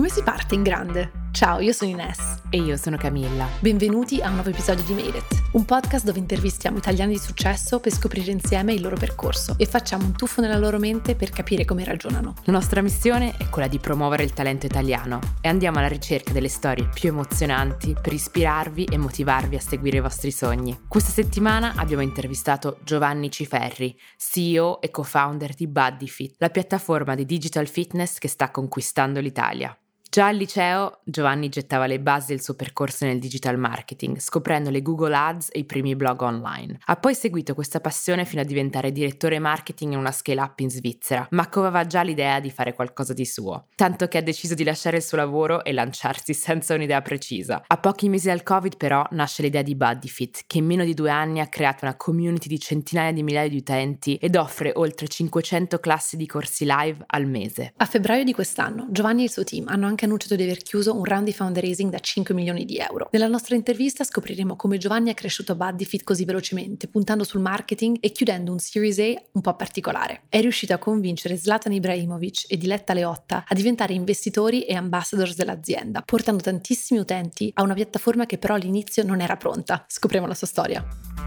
Come si parte in grande? Ciao, io sono Ines. E io sono Camilla. Benvenuti a un nuovo episodio di Made It, un podcast dove intervistiamo italiani di successo per scoprire insieme il loro percorso e facciamo un tuffo nella loro mente per capire come ragionano. La nostra missione è quella di promuovere il talento italiano e andiamo alla ricerca delle storie più emozionanti per ispirarvi e motivarvi a seguire i vostri sogni. Questa settimana abbiamo intervistato Giovanni Ciferri, CEO e co-founder di BuddyFit, la piattaforma di digital fitness che sta conquistando l'Italia. Già al liceo Giovanni gettava le basi del suo percorso nel digital marketing, scoprendo le Google Ads e i primi blog online. Ha poi seguito questa passione fino a diventare direttore marketing in una scale-up in Svizzera, ma covava già l'idea di fare qualcosa di suo, tanto che ha deciso di lasciare il suo lavoro e lanciarsi senza un'idea precisa. A pochi mesi dal Covid però nasce l'idea di BuddyFit, che in meno di 2 anni ha creato una community di centinaia di migliaia di utenti ed offre oltre 500 classi di corsi live al mese. A febbraio di quest'anno Giovanni e il suo team hanno anche annunciato di aver chiuso un round di fundraising da 5 milioni di euro. Nella nostra intervista scopriremo come Giovanni è cresciuto a BuddyFit così velocemente, puntando sul marketing e chiudendo un Series A un po' particolare. È riuscito a convincere Zlatan Ibrahimovic e Diletta Leotta a diventare investitori e ambassadors dell'azienda, portando tantissimi utenti a una piattaforma che però all'inizio non era pronta. Scopriamo la sua storia.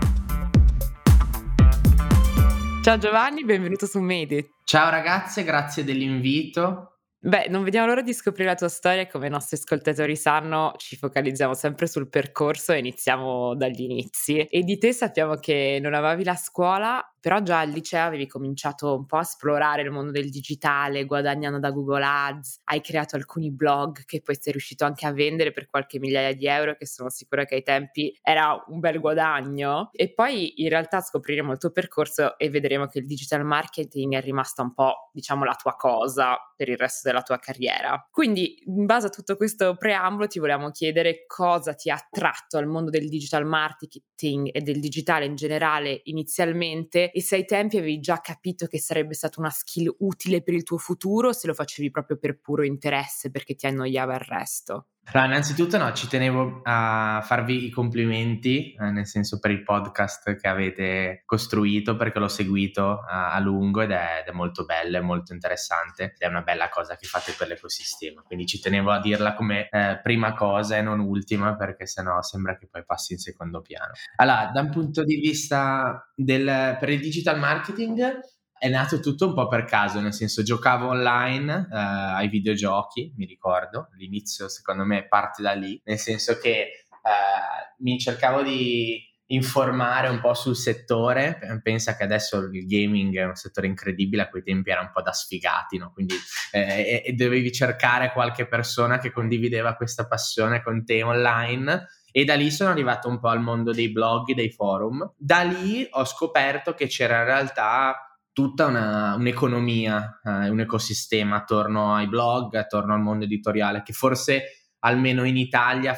Ciao Giovanni, benvenuto su Made It. Ciao ragazze, grazie dell'invito. Beh, non vediamo l'ora di scoprire la tua storia. Come i nostri ascoltatori sanno, ci focalizziamo sempre sul percorso e iniziamo dagli inizi. E di te sappiamo che non avevi la scuola, però già al liceo avevi cominciato un po' a esplorare il mondo del digitale, guadagnando da Google Ads, hai creato alcuni blog che poi sei riuscito anche a vendere per qualche migliaia di euro, che sono sicura che ai tempi era un bel guadagno. E poi in realtà scopriremo il tuo percorso e vedremo che il digital marketing è rimasta un po', diciamo, la tua cosa per il resto della tua carriera. Quindi, in base a tutto questo preambolo, ti volevamo chiedere cosa ti ha attratto al mondo del digital marketing e del digitale in generale inizialmente, e se ai tempi avevi già capito che sarebbe stata una skill utile per il tuo futuro, o se lo facevi proprio per puro interesse perché ti annoiava il resto. Allora, innanzitutto ci tenevo a farvi i complimenti, nel senso per il podcast che avete costruito, perché l'ho seguito a lungo ed è molto bello, è molto interessante ed è una bella cosa che fate per l'ecosistema, quindi ci tenevo a dirla come prima cosa e non ultima, perché sennò sembra che poi passi in secondo piano. Allora, da un punto di vista per il digital marketing è nato tutto un po' per caso, nel senso giocavo online ai videogiochi, mi ricordo, l'inizio secondo me parte da lì, nel senso che mi cercavo di informare un po' sul settore. Pensa che adesso il gaming è un settore incredibile, a quei tempi era un po' da sfigati, no? Quindi e dovevi cercare qualche persona che condivideva questa passione con te online. E da lì sono arrivato un po' al mondo dei blog e dei forum. Da lì ho scoperto che c'era in realtà tutta un'economia, un ecosistema attorno ai blog, attorno al mondo editoriale, che forse almeno in Italia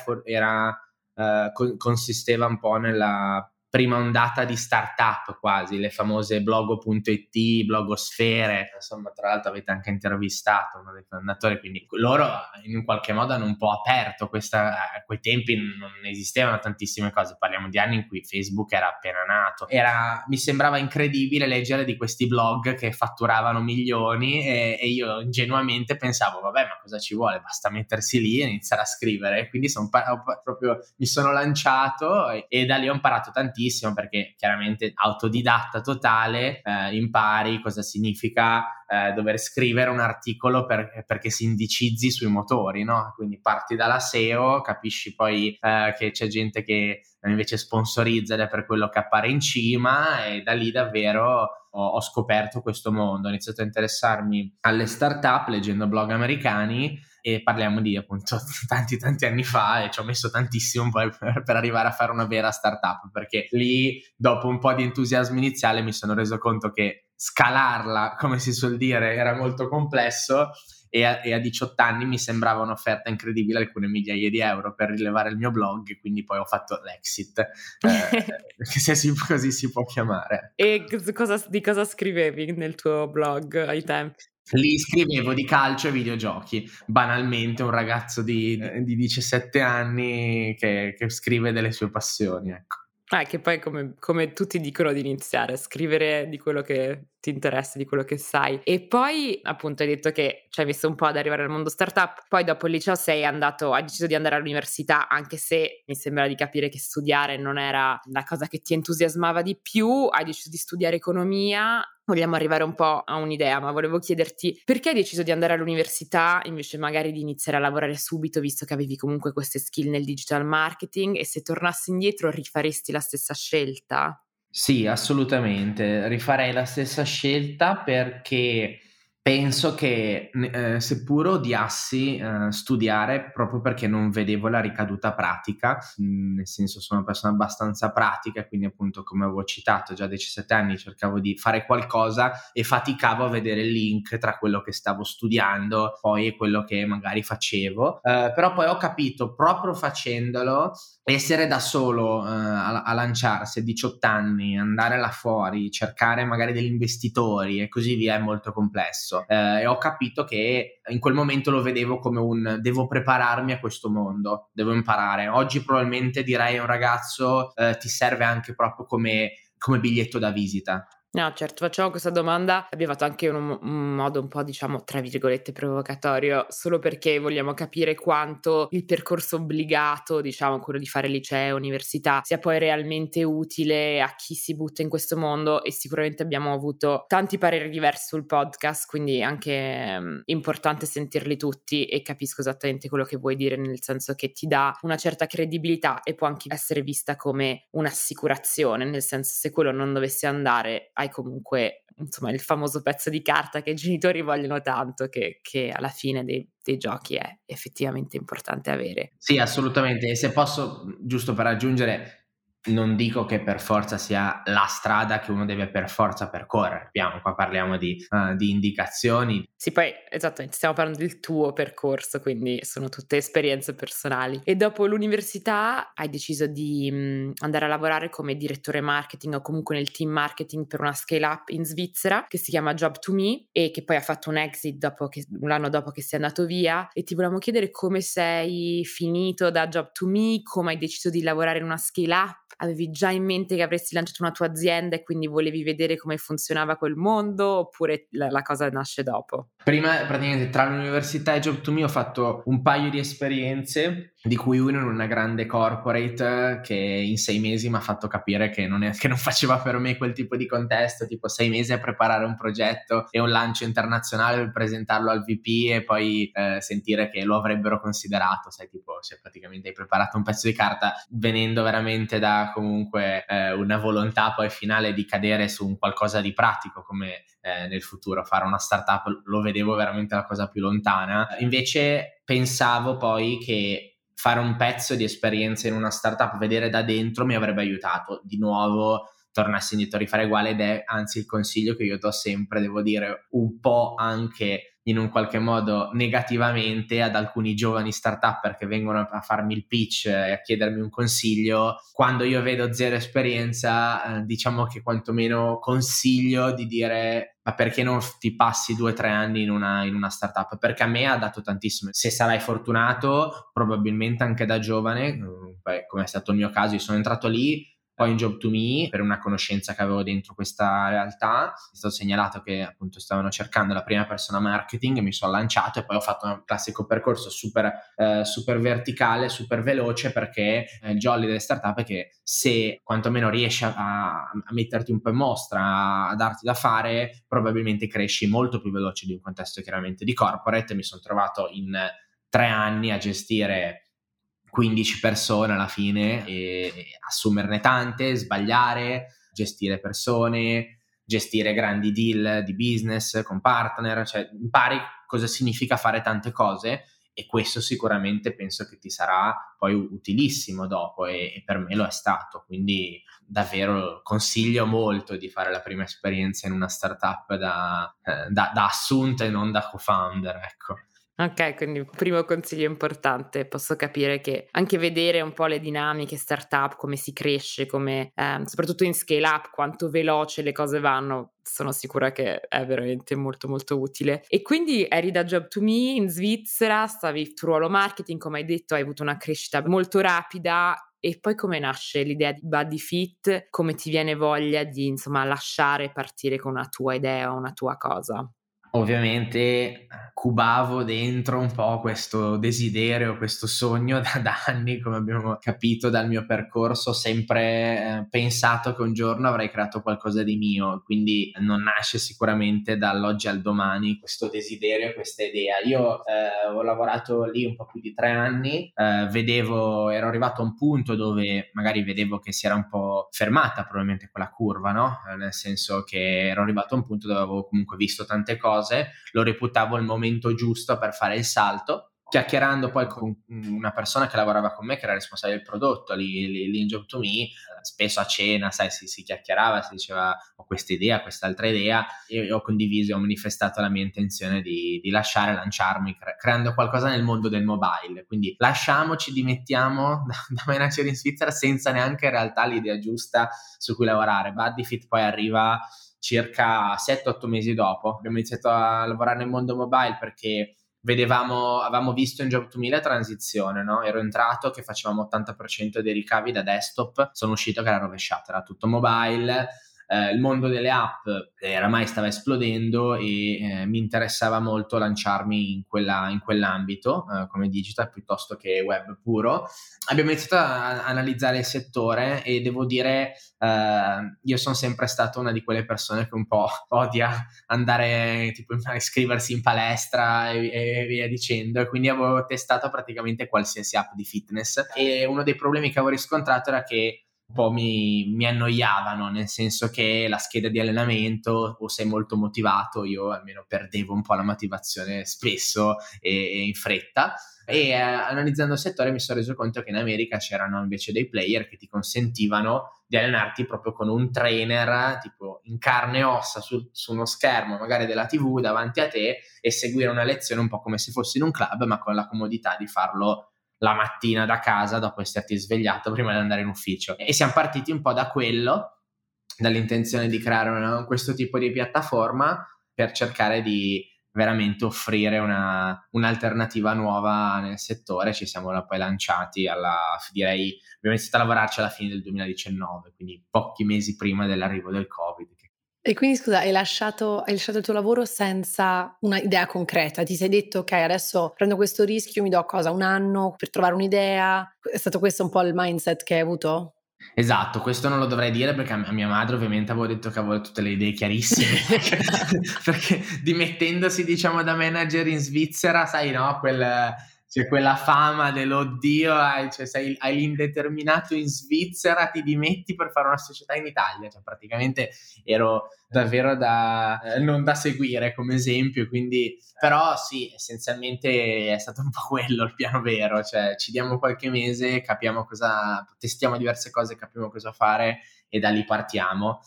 consisteva un po' nella prima ondata di startup, quasi le famose blogo.it, blogosfere. Insomma, tra l'altro avete anche intervistato uno dei fondatori, quindi loro in qualche modo hanno un po' aperto questa. A quei tempi non esistevano tantissime cose, parliamo di anni in cui Facebook era appena nato. Mi sembrava incredibile leggere di questi blog che fatturavano milioni e io ingenuamente pensavo, vabbè, ma cosa ci vuole? Basta mettersi lì e iniziare a scrivere. Quindi proprio mi sono lanciato e da lì ho imparato tantissimo, perché chiaramente autodidatta totale, impari cosa significa dover scrivere un articolo perché si indicizzi sui motori, no? Quindi parti dalla SEO, capisci poi che c'è gente che invece sponsorizza ed è per quello che appare in cima, e da lì davvero ho scoperto questo mondo. Ho iniziato a interessarmi alle startup leggendo blog americani, e parliamo di appunto tanti anni fa, e ci ho messo tantissimo poi per arrivare a fare una vera startup, perché lì dopo un po' di entusiasmo iniziale mi sono reso conto che scalarla, come si suol dire, era molto complesso, e a 18 anni mi sembrava un'offerta incredibile, alcune migliaia di euro per rilevare il mio blog, e quindi poi ho fatto l'exit, se così si può chiamare. E di cosa scrivevi nel tuo blog ai tempi? Lì scrivevo di calcio e videogiochi, banalmente un ragazzo di 17 anni che scrive delle sue passioni, ecco. Che poi come tutti dicono di iniziare a scrivere di quello che ti interessa, di quello che sai. E poi appunto hai detto che ci hai messo un po' ad arrivare al mondo startup, poi dopo il liceo hai deciso di andare all'università, anche se mi sembra di capire che studiare non era la cosa che ti entusiasmava di più, hai deciso di studiare economia. Vogliamo arrivare un po' a un'idea, ma volevo chiederti perché hai deciso di andare all'università invece magari di iniziare a lavorare subito, visto che avevi comunque queste skill nel digital marketing, e se tornassi indietro rifaresti la stessa scelta? Sì, assolutamente. Rifarei la stessa scelta perché penso che, seppur odiassi, studiare proprio perché non vedevo la ricaduta pratica, nel senso sono una persona abbastanza pratica, quindi appunto come avevo citato già a 17 anni cercavo di fare qualcosa e faticavo a vedere il link tra quello che stavo studiando poi e quello che magari facevo. Però poi ho capito proprio facendolo, essere da solo, a lanciarsi a 18 anni, andare là fuori, cercare magari degli investitori e così via è molto complesso. E ho capito che in quel momento lo vedevo come un devo prepararmi a questo mondo, devo imparare. Oggi probabilmente direi a un ragazzo ti serve anche proprio come biglietto da visita. No, certo, facciamo questa domanda. Abbiamo fatto anche un modo un po', diciamo, tra virgolette, provocatorio, solo perché vogliamo capire quanto il percorso obbligato, diciamo, quello di fare liceo, università, sia poi realmente utile a chi si butta in questo mondo, e sicuramente abbiamo avuto tanti pareri diversi sul podcast, quindi è anche importante sentirli tutti, e capisco esattamente quello che vuoi dire, nel senso che ti dà una certa credibilità e può anche essere vista come un'assicurazione, nel senso, se quello non dovesse andare hai comunque, insomma, il famoso pezzo di carta che i genitori vogliono tanto, che alla fine dei giochi è effettivamente importante avere. Sì, assolutamente. E se posso, giusto per aggiungere, non dico che per forza sia la strada che uno deve per forza percorrere. Qua parliamo di indicazioni. Sì, poi esattamente, stiamo parlando del tuo percorso, quindi sono tutte esperienze personali. E dopo l'università hai deciso di andare a lavorare come direttore marketing o comunque nel team marketing per una scale up in Svizzera che si chiama Job2Me, e che poi ha fatto un exit un anno dopo che sei andato via. E ti volevamo chiedere come sei finito da Job2Me, come hai deciso di lavorare in una scale up. Avevi già in mente che avresti lanciato una tua azienda e quindi volevi vedere come funzionava quel mondo, oppure la cosa nasce dopo? Prima, praticamente, tra l'università e Job2Me ho fatto un paio di esperienze, di cui una in una grande corporate che in 6 mesi mi ha fatto capire che non faceva per me quel tipo di contesto, tipo 6 mesi a preparare un progetto e un lancio internazionale per presentarlo al VP e poi sentire che lo avrebbero considerato, sai, tipo se praticamente hai preparato un pezzo di carta venendo veramente da comunque una volontà poi finale di cadere su un qualcosa di pratico come nel futuro fare una startup, lo vedevo veramente la cosa più lontana. Invece pensavo poi che fare un pezzo di esperienza in una startup, vedere da dentro, mi avrebbe aiutato. Di nuovo tornassi indietro a rifare uguale, ed è anzi il consiglio che io do sempre, devo dire, un po' anche in un qualche modo negativamente ad alcuni giovani startup che vengono a farmi il pitch e a chiedermi un consiglio. Quando io vedo zero esperienza, diciamo che quantomeno consiglio di dire: ma perché non ti passi 2 o 3 anni in una startup? Perché a me ha dato tantissimo. Se sarai fortunato, probabilmente anche da giovane, come è stato il mio caso, io sono entrato lì, poi in Job2Me per una conoscenza che avevo dentro questa realtà, è stato segnalato che appunto stavano cercando la prima persona marketing, mi sono lanciato e poi ho fatto un classico percorso super verticale, super veloce, perché il jolly delle startup è che se quantomeno riesci a metterti un po' in mostra, a darti da fare, probabilmente cresci molto più veloce di un contesto chiaramente di corporate. Mi sono trovato in 3 anni a gestire 15 persone alla fine e assumerne tante, sbagliare, gestire persone, gestire grandi deal di business con partner, cioè impari cosa significa fare tante cose, e questo sicuramente penso che ti sarà poi utilissimo dopo, e per me lo è stato. Quindi davvero consiglio molto di fare la prima esperienza in una startup da assunta e non da co-founder, ecco. Okay, quindi primo consiglio importante. Posso capire che anche vedere un po' le dinamiche startup, come si cresce, come soprattutto in scale up, quanto veloce le cose vanno, sono sicura che è veramente molto, molto utile. E quindi eri da Job2Me in Svizzera, stavi il tuo ruolo marketing, come hai detto, hai avuto una crescita molto rapida, E poi come nasce l'idea di Buddy Fit? Come ti viene voglia di, insomma, lasciare e partire con una tua idea o una tua cosa? Ovviamente cubavo dentro un po' questo desiderio, questo sogno da anni, come abbiamo capito dal mio percorso, ho sempre pensato che un giorno avrei creato qualcosa di mio, quindi non nasce sicuramente dall'oggi al domani questo desiderio, questa idea. Io ho lavorato lì un po' più di 3 anni, ero arrivato a un punto dove magari vedevo che si era un po' fermata probabilmente quella curva, no? Nel senso che ero arrivato a un punto dove avevo comunque visto tante cose, lo reputavo il momento giusto per fare il salto. Chiacchierando poi con una persona che lavorava con me, che era responsabile del prodotto lì in Job2Me, spesso a cena, sai, si chiacchierava, si diceva ho questa idea, quest'altra idea, e ho condiviso, ho manifestato la mia intenzione di lasciare, lanciarmi, creando qualcosa nel mondo del mobile. Quindi lasciamoci, dimettiamo da manager in Svizzera senza neanche in realtà l'idea giusta su cui lavorare. Buddyfit poi arriva circa 7-8 mesi dopo. Abbiamo iniziato a lavorare nel mondo mobile perché avevamo visto in Job2Me la transizione, no? Ero entrato che facevamo 80% dei ricavi da desktop, sono uscito che era rovesciata, era tutto mobile. Il mondo delle app oramai stava esplodendo e mi interessava molto lanciarmi in quell'ambito come digital piuttosto che web puro. Abbiamo iniziato a analizzare il settore e devo dire io sono sempre stata una di quelle persone che un po' odia andare tipo a iscriversi in palestra e via dicendo, e quindi avevo testato praticamente qualsiasi app di fitness, e uno dei problemi che avevo riscontrato era che un po' mi annoiavano, nel senso che la scheda di allenamento, o sei molto motivato, io almeno perdevo un po' la motivazione spesso e in fretta. E analizzando il settore mi sono reso conto che in America c'erano invece dei player che ti consentivano di allenarti proprio con un trainer tipo in carne e ossa su uno schermo magari della TV davanti a te, e seguire una lezione un po' come se fossi in un club, ma con la comodità di farlo la mattina da casa dopo esserti svegliato prima di andare in ufficio. E siamo partiti un po' da quello, dall'intenzione di creare questo tipo di piattaforma per cercare di veramente offrire un'alternativa nuova nel settore. Ci siamo poi lanciati direi, abbiamo iniziato a lavorarci alla fine del 2019, quindi pochi mesi prima dell'arrivo del Covid. E quindi scusa, hai lasciato il tuo lavoro senza una idea concreta? Ti sei detto ok, adesso prendo questo rischio, mi do cosa? Un anno per trovare un'idea? È stato questo un po' il mindset che hai avuto? Esatto, questo non lo dovrei dire perché a mia madre ovviamente avevo detto che avevo tutte le idee chiarissime perché dimettendosi diciamo da manager in Svizzera, sai, no, c'è quella fama dell'oddio, hai l'indeterminato in Svizzera, ti dimetti per fare una società in Italia, cioè praticamente ero davvero non da seguire come esempio, quindi però sì, essenzialmente è stato un po' quello il piano vero, cioè ci diamo qualche mese, capiamo testiamo diverse cose, capiamo cosa fare e da lì partiamo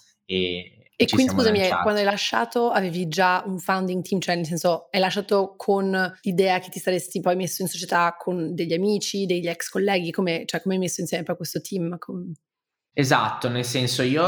e ci quindi siamo scusami, lanciati. quando hai lasciato avevi già un founding team, cioè nel senso hai lasciato con l'idea che ti saresti poi messo in società con degli amici, degli ex colleghi, come hai messo insieme poi questo team? Esatto, nel senso io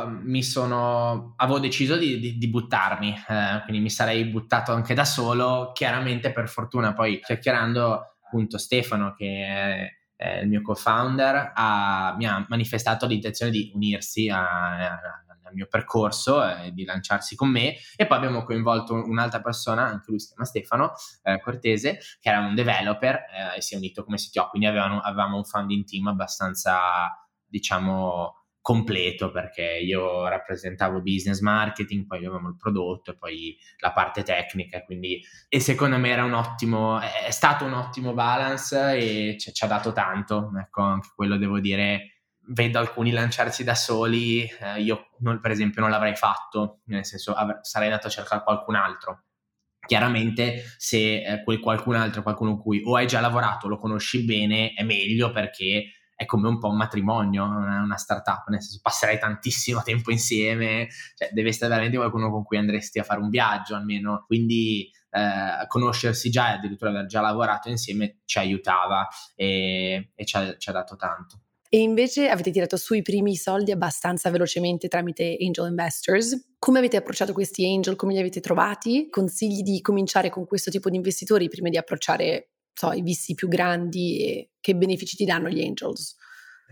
avevo deciso di buttarmi, quindi mi sarei buttato anche da solo, chiaramente per fortuna poi chiacchierando appunto Stefano che è il mio co-founder mi ha manifestato l'intenzione di unirsi al mio percorso e di lanciarsi con me, e poi abbiamo coinvolto un'altra persona, anche lui si chiama Stefano Cortese, che era un developer e si è unito come CTO, quindi avevamo un founding team abbastanza diciamo completo, perché io rappresentavo business marketing, poi avevamo il prodotto e poi la parte tecnica, quindi e secondo me è stato un ottimo balance e ci ha dato tanto, ecco, anche quello devo dire. Vedo alcuni lanciarsi da soli, io per esempio non l'avrei fatto, nel senso sarei andato a cercare qualcun altro. Chiaramente se quel qualcun altro, qualcuno con cui o hai già lavorato, lo conosci bene, è meglio, perché è come un po' un matrimonio, una startup, nel senso passerai tantissimo tempo insieme, cioè deve essere veramente qualcuno con cui andresti a fare un viaggio almeno, quindi conoscersi già e addirittura aver già lavorato insieme ci aiutava e ci ha dato tanto. E invece avete tirato su i primi soldi abbastanza velocemente tramite angel investors. Come avete approcciato questi angel? Come li avete trovati? Consigli di cominciare con questo tipo di investitori prima di approcciare i visti più grandi, e che benefici ti danno gli angels?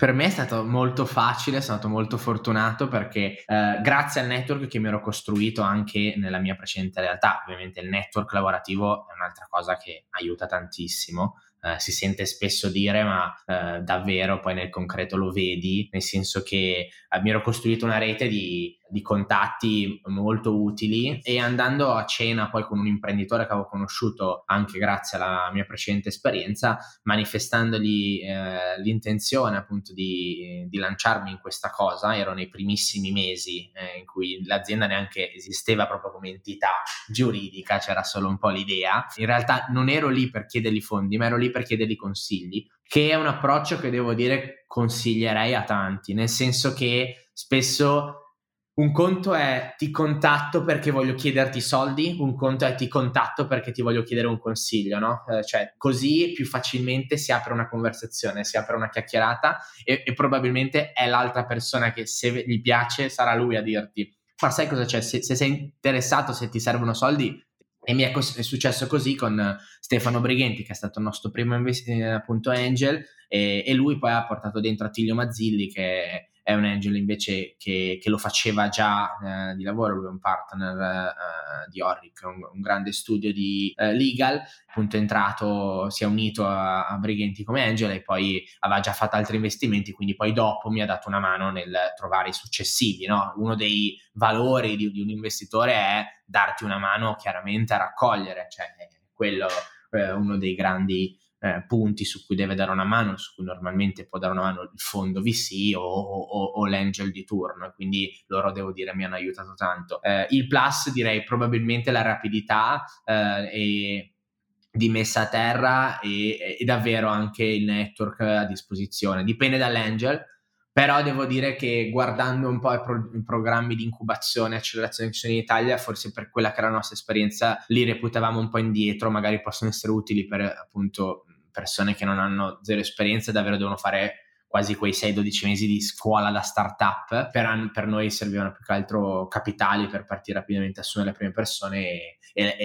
Per me è stato molto facile, sono stato molto fortunato perché grazie al network che mi ero costruito anche nella mia precedente realtà, ovviamente il network lavorativo è un'altra cosa che aiuta tantissimo. Si sente spesso dire, ma davvero poi nel concreto lo vedi, nel senso che mi ero costruito una rete di contatti molto utili, e andando a cena poi con un imprenditore che avevo conosciuto anche grazie alla mia precedente esperienza, manifestandogli l'intenzione appunto di lanciarmi in questa cosa. Ero nei primissimi mesi in cui l'azienda neanche esisteva proprio come entità giuridica, c'era solo un po' l'idea. In realtà non ero lì per chiedergli fondi, ma ero lì per chiedergli consigli, che è un approccio che devo dire consiglierei a tanti, nel senso che spesso un conto è ti contatto perché voglio chiederti soldi, un conto è ti contatto perché ti voglio chiedere un consiglio, no? Cioè così più facilmente si apre una conversazione, si apre una chiacchierata, e probabilmente è l'altra persona che, se gli piace, sarà lui a dirti: ma sai cosa c'è? Se sei interessato, se ti servono soldi. E mi è successo così con Stefano Brighenti, che è stato il nostro primo appunto angel, e lui poi ha portato dentro Attilio Mazzilli, che è un angel invece che lo faceva già di lavoro. Lui è un partner di Orric, un grande studio di legal, appunto si è unito a Brighenti come angel, e poi aveva già fatto altri investimenti, quindi poi dopo mi ha dato una mano nel trovare i successivi, no? Uno dei valori di un investitore è darti una mano chiaramente a raccogliere, cioè quello è uno dei grandi punti su cui deve dare una mano, su cui normalmente può dare una mano il fondo VC o l'angel di turno, quindi loro, devo dire, mi hanno aiutato tanto. Il plus, direi probabilmente la rapidità e di messa a terra, e davvero anche il network a disposizione. Dipende dall'angel, però devo dire che guardando un po' i programmi di incubazione e accelerazione che ci sono in Italia, forse per quella che era la nostra esperienza li reputavamo un po' indietro. Magari possono essere utili per appunto persone che non hanno zero esperienza e davvero devono fare quasi quei 6-12 mesi di scuola da startup. Per noi servivano più che altro capitali per partire rapidamente, assumere le prime persone,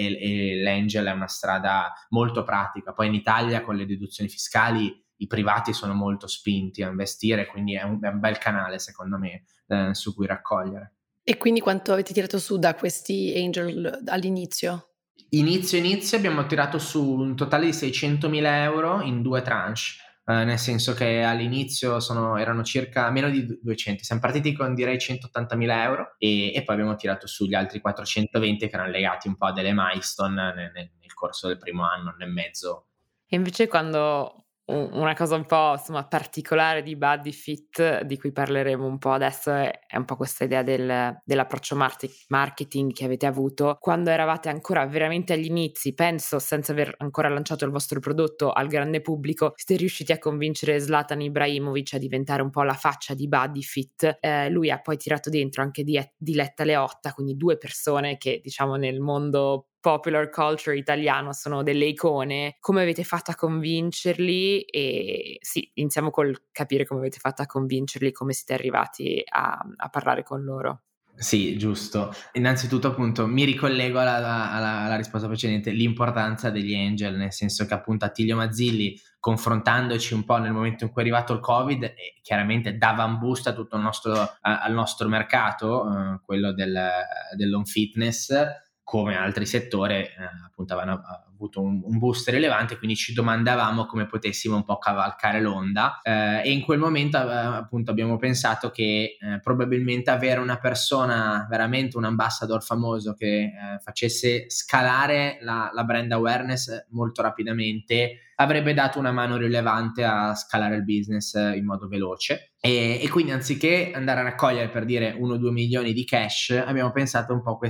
e l'angel è una strada molto pratica. Poi in Italia con le deduzioni fiscali i privati sono molto spinti a investire, quindi è un bel canale secondo me su cui raccogliere. E quindi quanto avete tirato su da questi angel all'inizio? Inizio abbiamo tirato su un totale di 600.000 euro in 2 tranche, nel senso che all'inizio erano circa meno di 200, siamo partiti con direi 180.000 euro, e poi abbiamo tirato su gli altri 420 che erano legati un po' a delle milestone nel corso del primo anno e mezzo. E invece quando una cosa un po', insomma, particolare di Buddyfit, di cui parleremo un po' adesso, è un po' questa idea dell'approccio marketing che avete avuto. Quando eravate ancora veramente agli inizi, penso, senza aver ancora lanciato il vostro prodotto al grande pubblico, siete riusciti a convincere Zlatan Ibrahimovic a diventare un po' la faccia di Buddyfit. Lui ha poi tirato dentro anche Diletta Leotta, quindi 2 persone che, diciamo, nel mondo popular culture italiano sono delle icone. Come avete fatto a convincerli? E sì, iniziamo col capire come avete fatto a convincerli, come siete arrivati a parlare con loro. Sì, giusto. Innanzitutto appunto mi ricollego alla risposta precedente, l'importanza degli angel, nel senso che appunto Attilio Mazzilli, confrontandoci un po' nel momento in cui è arrivato il Covid, chiaramente dava un boost a tutto al nostro mercato, quello dell'home fitness, come altri settori appunto avevano avuto un boost rilevante, quindi ci domandavamo come potessimo un po' cavalcare l'onda, e in quel momento appunto abbiamo pensato che probabilmente avere una persona, veramente un ambassador famoso che facesse scalare la brand awareness molto rapidamente, avrebbe dato una mano rilevante a scalare il business in modo veloce. E quindi, anziché andare a raccogliere, per dire, 1-2 milioni di cash, abbiamo pensato un po'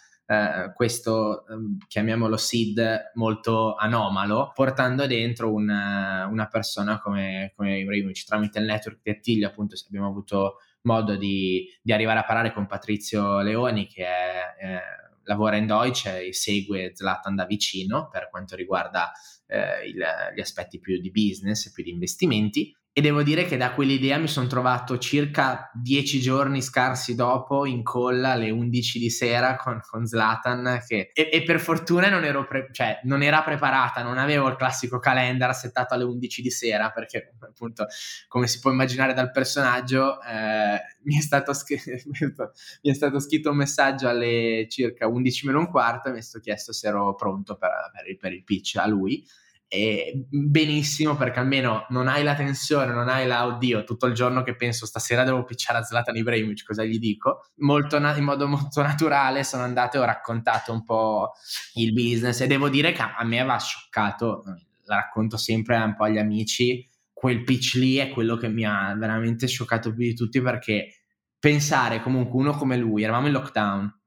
questo chiamiamolo seed molto anomalo, portando dentro una persona come Ibrahimovic. Tramite il network di Attilio appunto abbiamo avuto modo di arrivare a parlare con Patrizio Leoni, che lavora in Deutsche e segue Zlatan da vicino per quanto riguarda gli aspetti più di business, più di investimenti, E devo dire che da quell'idea mi sono trovato circa 10 giorni scarsi dopo in call alle 11 di sera con Zlatan e per fortuna non ero cioè non era preparata, non avevo il classico calendar settato alle 11 di sera, perché appunto, come si può immaginare dal personaggio, mi è stato scritto un messaggio alle circa 11 meno un quarto e mi è stato chiesto se ero pronto per il pitch a lui. E benissimo, perché almeno non hai la tensione, non hai oddio, tutto il giorno che penso stasera devo pitchare a Zlatan Ibrahimovic, cosa gli dico? In modo molto naturale sono andato e ho raccontato un po' il business, e devo dire che a me aveva scioccato, la racconto sempre un po' agli amici, quel pitch lì è quello che mi ha veramente scioccato più di tutti, perché pensare comunque uno come lui, eravamo in lockdown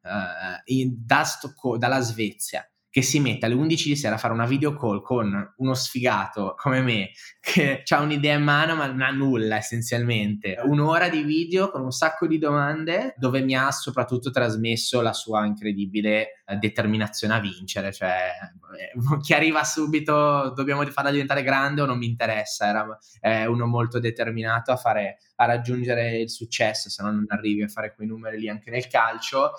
dalla Svezia, che si mette alle 11 di sera a fare una video call con uno sfigato come me che ha un'idea in mano ma non ha nulla essenzialmente, un'ora di video con un sacco di domande, dove mi ha soprattutto trasmesso la sua incredibile determinazione a vincere, cioè chi arriva subito dobbiamo farla diventare grande o non mi interessa, è uno molto determinato a raggiungere il successo, se no non arrivi a fare quei numeri lì anche nel calcio.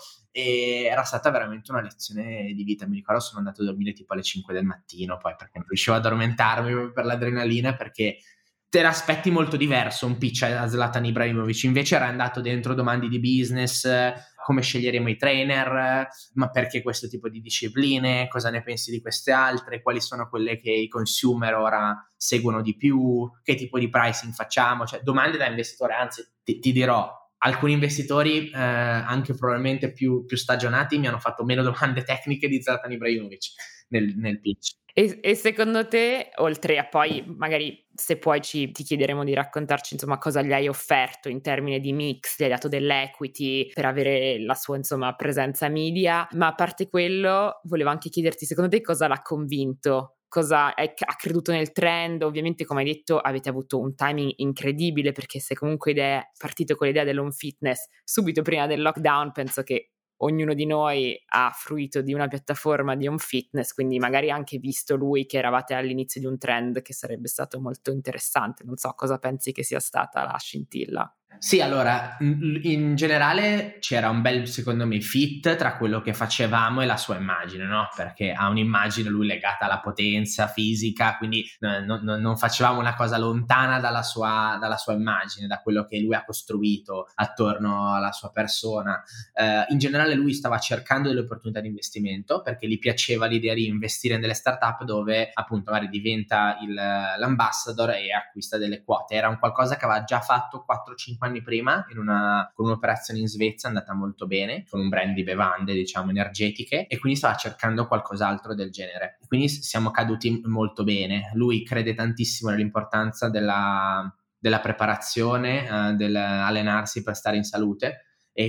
E era stata veramente una lezione di vita. Mi ricordo sono andato a dormire tipo alle 5 del mattino, poi perché non riuscivo ad addormentarmi per l'adrenalina, perché te l'aspetti molto diverso un pitch a Zlatan Ibrahimovic, invece era andato dentro domande di business, come sceglieremo i trainer, ma perché questo tipo di discipline, cosa ne pensi di queste altre, quali sono quelle che i consumer ora seguono di più, che tipo di pricing facciamo, cioè domande da investitore. Anzi ti dirò, alcuni investitori anche probabilmente più stagionati mi hanno fatto meno domande tecniche di Zlatan Ibrahimovic nel pitch. E secondo te, oltre a poi magari se puoi ti chiederemo di raccontarci insomma cosa gli hai offerto in termini di mix, gli hai dato dell'equity per avere la sua insomma presenza media, ma a parte quello volevo anche chiederti secondo te cosa l'ha convinto? Cosa ha creduto nel trend? Ovviamente, come hai detto, avete avuto un timing incredibile, perché se comunque è partito con l'idea dell'home fitness subito prima del lockdown, penso che ognuno di noi ha fruito di una piattaforma di home fitness, quindi magari anche visto lui che eravate all'inizio di un trend che sarebbe stato molto interessante. Non so cosa pensi che sia stata la scintilla. Sì, allora, in generale c'era un bel, secondo me, fit tra quello che facevamo e la sua immagine, no? Perché ha un'immagine lui legata alla potenza fisica, quindi non facevamo una cosa lontana dalla sua immagine, da quello che lui ha costruito attorno alla sua persona. In generale lui stava cercando delle opportunità di investimento, perché gli piaceva l'idea di investire in delle startup dove appunto magari diventa l'ambassador e acquista delle quote. Era un qualcosa che aveva già fatto 4-5 anni prima con un'operazione in Svezia andata molto bene, con un brand di bevande diciamo energetiche, e quindi stava cercando qualcos'altro del genere. Quindi siamo caduti molto bene. Lui crede tantissimo nell'importanza della preparazione, dell'allenarsi per stare in salute,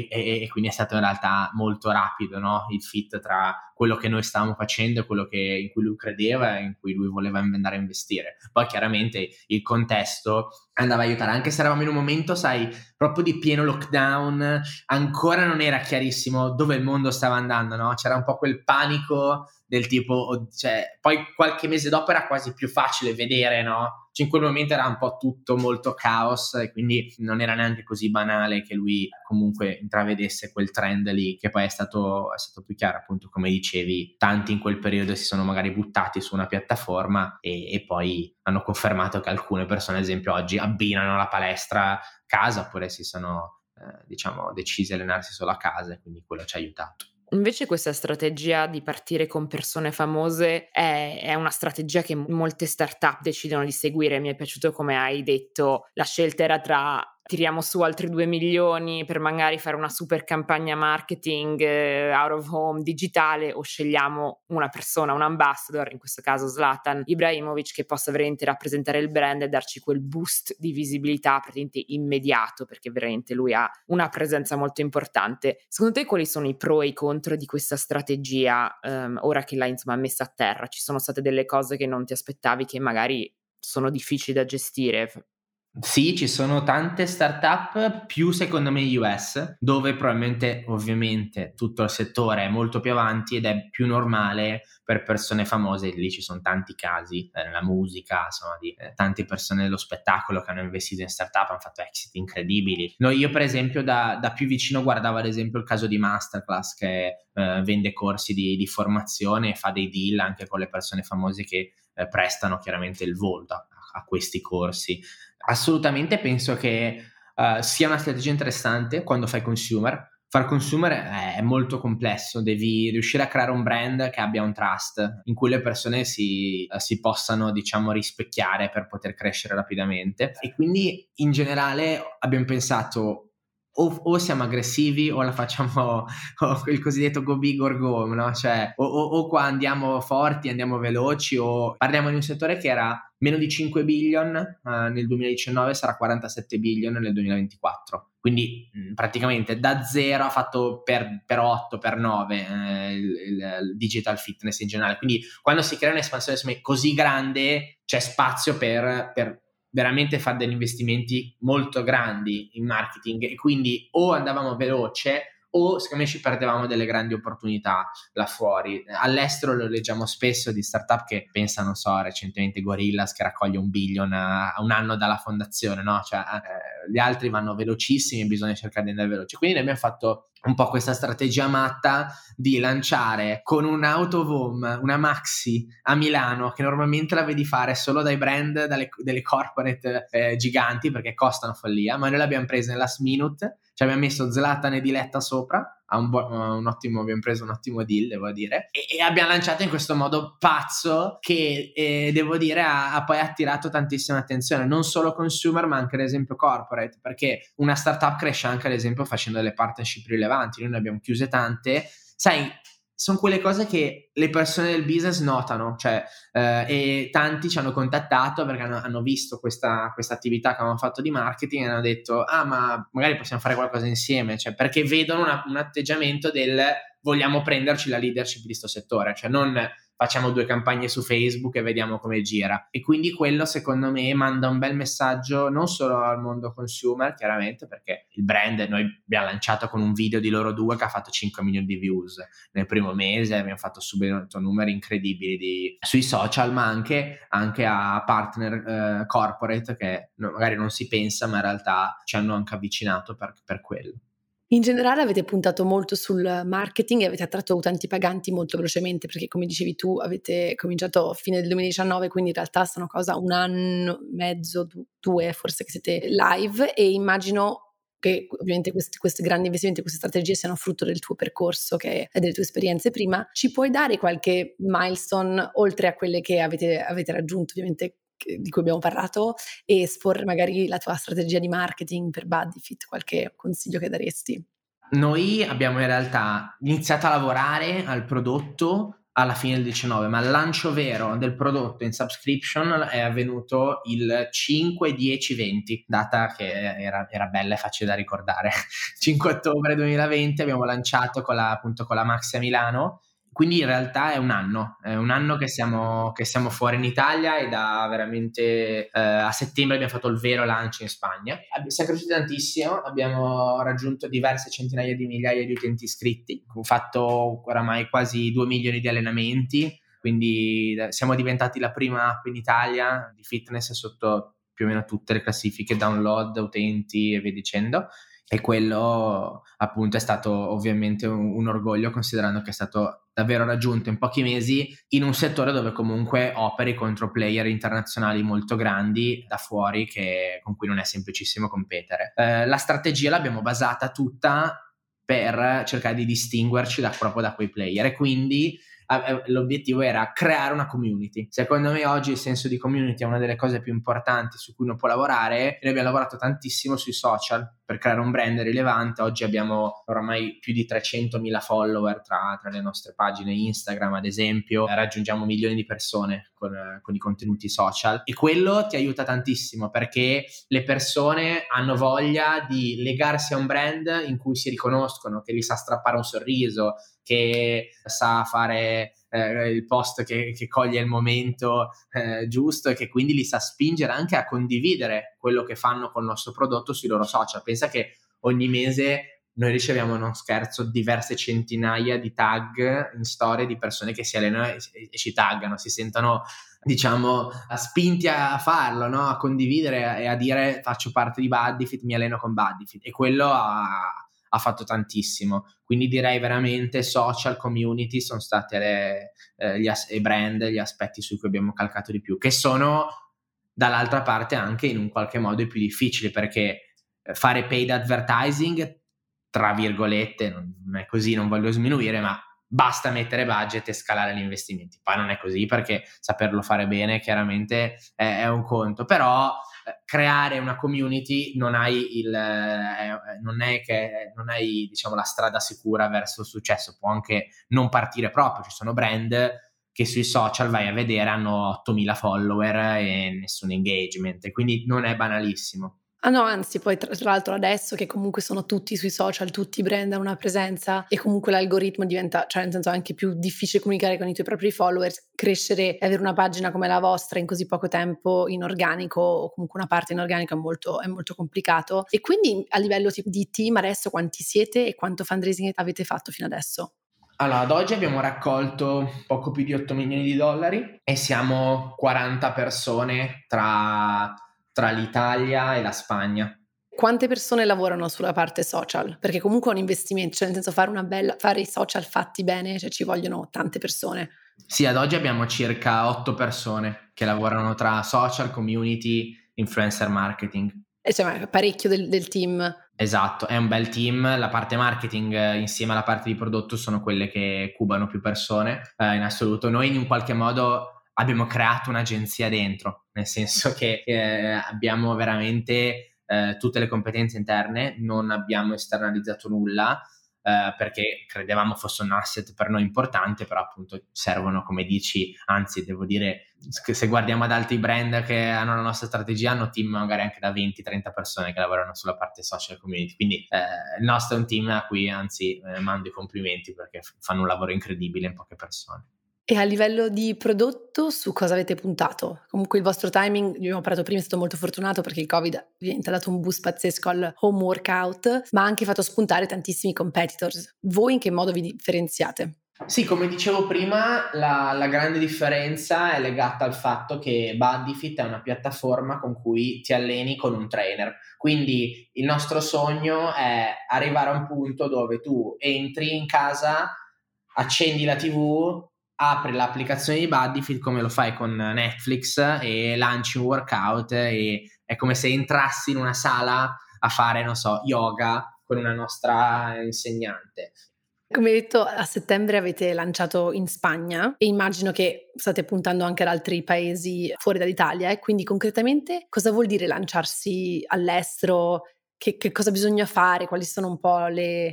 e quindi è stato in realtà molto rapido, no? Il fit tra quello che noi stavamo facendo e quello in cui lui credeva e in cui lui voleva andare a investire. Poi chiaramente il contesto andava a aiutare, anche se eravamo in un momento, sai, proprio di pieno lockdown, ancora non era chiarissimo dove il mondo stava andando, no? C'era un po' quel panico del tipo, cioè, poi qualche mese dopo era quasi più facile vedere, no? Cioè in quel momento era un po' tutto molto caos, e quindi non era neanche così banale che lui comunque intravedesse quel trend lì, che poi è stato più chiaro, appunto, come dicevi, tanti in quel periodo si sono magari buttati su una piattaforma e poi hanno confermato che alcune persone, ad esempio oggi, abbinano la palestra a casa, oppure si sono diciamo decisi a allenarsi solo a casa, e quindi quello ci ha aiutato. Invece questa strategia di partire con persone famose è una strategia che molte startup decidono di seguire. Mi è piaciuto come hai detto, la scelta era tra tiriamo su altri 2 milioni per magari fare una super campagna marketing out of home digitale, o scegliamo una persona, un ambassador, in questo caso Zlatan Ibrahimovic, che possa veramente rappresentare il brand e darci quel boost di visibilità praticamente immediato, perché veramente lui ha una presenza molto importante. Secondo te quali sono i pro e i contro di questa strategia ora che l'hai insomma messa a terra? Ci sono state delle cose che non ti aspettavi, che magari sono difficili da gestire? Sì, ci sono tante startup, più secondo me US, dove probabilmente ovviamente tutto il settore è molto più avanti ed è più normale per persone famose. Lì ci sono tanti casi nella musica, insomma, di tante persone dello spettacolo che hanno investito in startup, hanno fatto exit incredibili. Io per esempio da più vicino guardavo ad esempio il caso di Masterclass, che vende corsi di formazione e fa dei deal anche con le persone famose che prestano chiaramente il volto a questi corsi. Assolutamente penso che sia una strategia interessante quando fai consumer. Far consumer è molto complesso, devi riuscire a creare un brand che abbia un trust, in cui le persone si possano, diciamo, rispecchiare per poter crescere rapidamente. E quindi in generale abbiamo pensato o siamo aggressivi o la facciamo il cosiddetto go big or go home, no? Cioè o qua andiamo forti, andiamo veloci, o parliamo di un settore che era meno di 5 billion nel 2019, sarà 47 billion nel 2024. Quindi praticamente da zero ha fatto per 8, per 9 il digital fitness in generale. Quindi quando si crea un'espansione così grande c'è spazio per veramente fare degli investimenti molto grandi in marketing, e quindi o andavamo veloce o secondo me ci perdevamo delle grandi opportunità là fuori. All'estero lo leggiamo spesso di startup che pensano, non so, recentemente Gorillaz che raccoglie 1 billion a un anno dalla fondazione, no? Cioè gli altri vanno velocissimi e bisogna cercare di andare veloci. Quindi noi abbiamo fatto un po' questa strategia matta di lanciare con un Autovom, una Maxi a Milano, che normalmente la vedi fare solo dai brand, delle corporate giganti, perché costano follia, ma noi l'abbiamo presa in last minute, ci abbiamo messo Zlatan e Diletta sopra, abbiamo preso un ottimo deal, devo dire, e abbiamo lanciato in questo modo pazzo che devo dire ha poi attirato tantissima attenzione, non solo consumer ma anche ad esempio corporate, perché una startup cresce anche ad esempio facendo delle partnership rilevanti. Noi ne abbiamo chiuse tante, sai, sono quelle cose che le persone del business notano, cioè e tanti ci hanno contattato perché hanno visto questa attività che avevamo fatto di marketing e hanno detto ma magari possiamo fare qualcosa insieme, cioè perché vedono un atteggiamento del vogliamo prenderci la leadership di questo settore, cioè non facciamo 2 campagne su Facebook e vediamo come gira. E quindi quello secondo me manda un bel messaggio non solo al mondo consumer, chiaramente, perché il brand noi abbiamo lanciato con un video di loro due che ha fatto 5 milioni di views nel primo mese, abbiamo fatto subito numeri incredibili sui social, ma anche a partner corporate che magari non si pensa, ma in realtà ci hanno anche avvicinato per quello. In generale avete puntato molto sul marketing e avete attratto utenti paganti molto velocemente, perché come dicevi tu avete cominciato a fine del 2019, quindi in realtà sono cosa 1 anno e mezzo, 2 forse che siete live, e immagino che ovviamente questi grandi investimenti, queste strategie siano frutto del tuo percorso e delle tue esperienze prima. Ci puoi dare qualche milestone oltre a quelle che avete raggiunto ovviamente, di cui abbiamo parlato, e esporre magari la tua strategia di marketing per Bodyfit, qualche consiglio che daresti? Noi abbiamo in realtà iniziato a lavorare al prodotto alla fine del 19, ma il lancio vero del prodotto in subscription è avvenuto il 5, 10, 20, data che era bella e facile da ricordare. 5 ottobre 2020 abbiamo lanciato appunto con la Maxi a Milano. Quindi in realtà è un anno che siamo fuori in Italia, e da veramente a settembre abbiamo fatto il vero lancio in Spagna. Siamo cresciuti tantissimo, abbiamo raggiunto diverse centinaia di migliaia di utenti iscritti, abbiamo fatto oramai quasi 2 milioni di allenamenti, quindi siamo diventati la prima app in Italia di fitness sotto più o meno tutte le classifiche, download, utenti e via dicendo. E quello appunto è stato ovviamente un orgoglio, considerando che è stato davvero raggiunto in pochi mesi in un settore dove comunque operi contro player internazionali molto grandi da fuori, con cui non è semplicissimo competere. La strategia l'abbiamo basata tutta per cercare di distinguerci proprio da quei player, e quindi l'obiettivo era creare una community. Secondo me oggi il senso di community è una delle cose più importanti su cui uno può lavorare, e noi abbiamo lavorato tantissimo sui social per creare un brand rilevante. Oggi abbiamo oramai più di 300.000 follower tra le nostre pagine Instagram, ad esempio, raggiungiamo milioni di persone con i contenuti social, e quello ti aiuta tantissimo perché le persone hanno voglia di legarsi a un brand in cui si riconoscono, che gli sa strappare un sorriso, che sa fare il post che coglie il momento giusto e che quindi li sa spingere anche a condividere quello che fanno col nostro prodotto sui loro social. Pensa che ogni mese noi riceviamo, non scherzo, diverse centinaia di tag in storie di persone che si allenano e ci taggano, si sentono, diciamo, spinti a farlo, no? A condividere e a dire faccio parte di Bodyfit, mi alleno con Bodyfit, e quello ha fatto tantissimo. Quindi direi veramente social, community sono state i brand, gli aspetti su cui abbiamo calcato di più, che sono dall'altra parte anche in un qualche modo i più difficili, perché fare paid advertising, tra virgolette, non è così, non voglio sminuire, ma basta mettere budget e scalare gli investimenti. Poi non è così, perché saperlo fare bene chiaramente è un conto, però creare una community non hai diciamo la strada sicura verso il successo. Può anche non partire proprio. Ci sono brand che sui social vai a vedere hanno 8.000 follower e nessun engagement, e quindi non è banalissimo. Ah no, anzi, poi tra l'altro adesso che comunque sono tutti sui social, tutti i brand hanno una presenza e comunque l'algoritmo diventa, cioè nel senso, anche più difficile comunicare con i tuoi propri followers, crescere e avere una pagina come la vostra in così poco tempo in organico, o comunque una parte in organico, è molto complicato. E quindi a livello di team adesso quanti siete e quanto fundraising avete fatto fino adesso? Allora, ad oggi abbiamo raccolto poco più di 8 milioni di dollari e siamo 40 persone tra l'Italia e la Spagna. Quante persone lavorano sulla parte social? Perché comunque è un investimento, cioè nel senso fare i social fatti bene, cioè ci vogliono tante persone. Sì, ad oggi abbiamo circa 8 persone che lavorano tra social, community, influencer marketing. E cioè parecchio del team. Esatto, è un bel team. La parte marketing insieme alla parte di prodotto sono quelle che cubano più persone in assoluto. Noi in un qualche modo abbiamo creato un'agenzia dentro, nel senso che abbiamo veramente tutte le competenze interne, non abbiamo esternalizzato nulla perché credevamo fosse un asset per noi importante, però appunto servono, come dici, anzi devo dire, se guardiamo ad altri brand che hanno la nostra strategia, hanno team magari anche da 20-30 persone che lavorano sulla parte social community, quindi il nostro è un team a cui anzi mando i complimenti, perché fanno un lavoro incredibile in poche persone. E a livello di prodotto, su cosa avete puntato? Comunque il vostro timing, abbiamo parlato prima, è stato molto fortunato perché il Covid ha dato un boost pazzesco al home workout, ma ha anche fatto spuntare tantissimi competitors. Voi in che modo vi differenziate? Sì, come dicevo prima, la grande differenza è legata al fatto che Bodyfit è una piattaforma con cui ti alleni con un trainer. Quindi il nostro sogno è arrivare a un punto dove tu entri in casa, accendi la TV, apri l'applicazione di Bodyfit come lo fai con Netflix e lanci un workout, e è come se entrassi in una sala a fare, non so, yoga con una nostra insegnante. Come hai detto, a settembre avete lanciato in Spagna e immagino che state puntando anche ad altri paesi fuori dall'Italia, e quindi concretamente cosa vuol dire lanciarsi all'estero? Che cosa bisogna fare? Quali sono un po'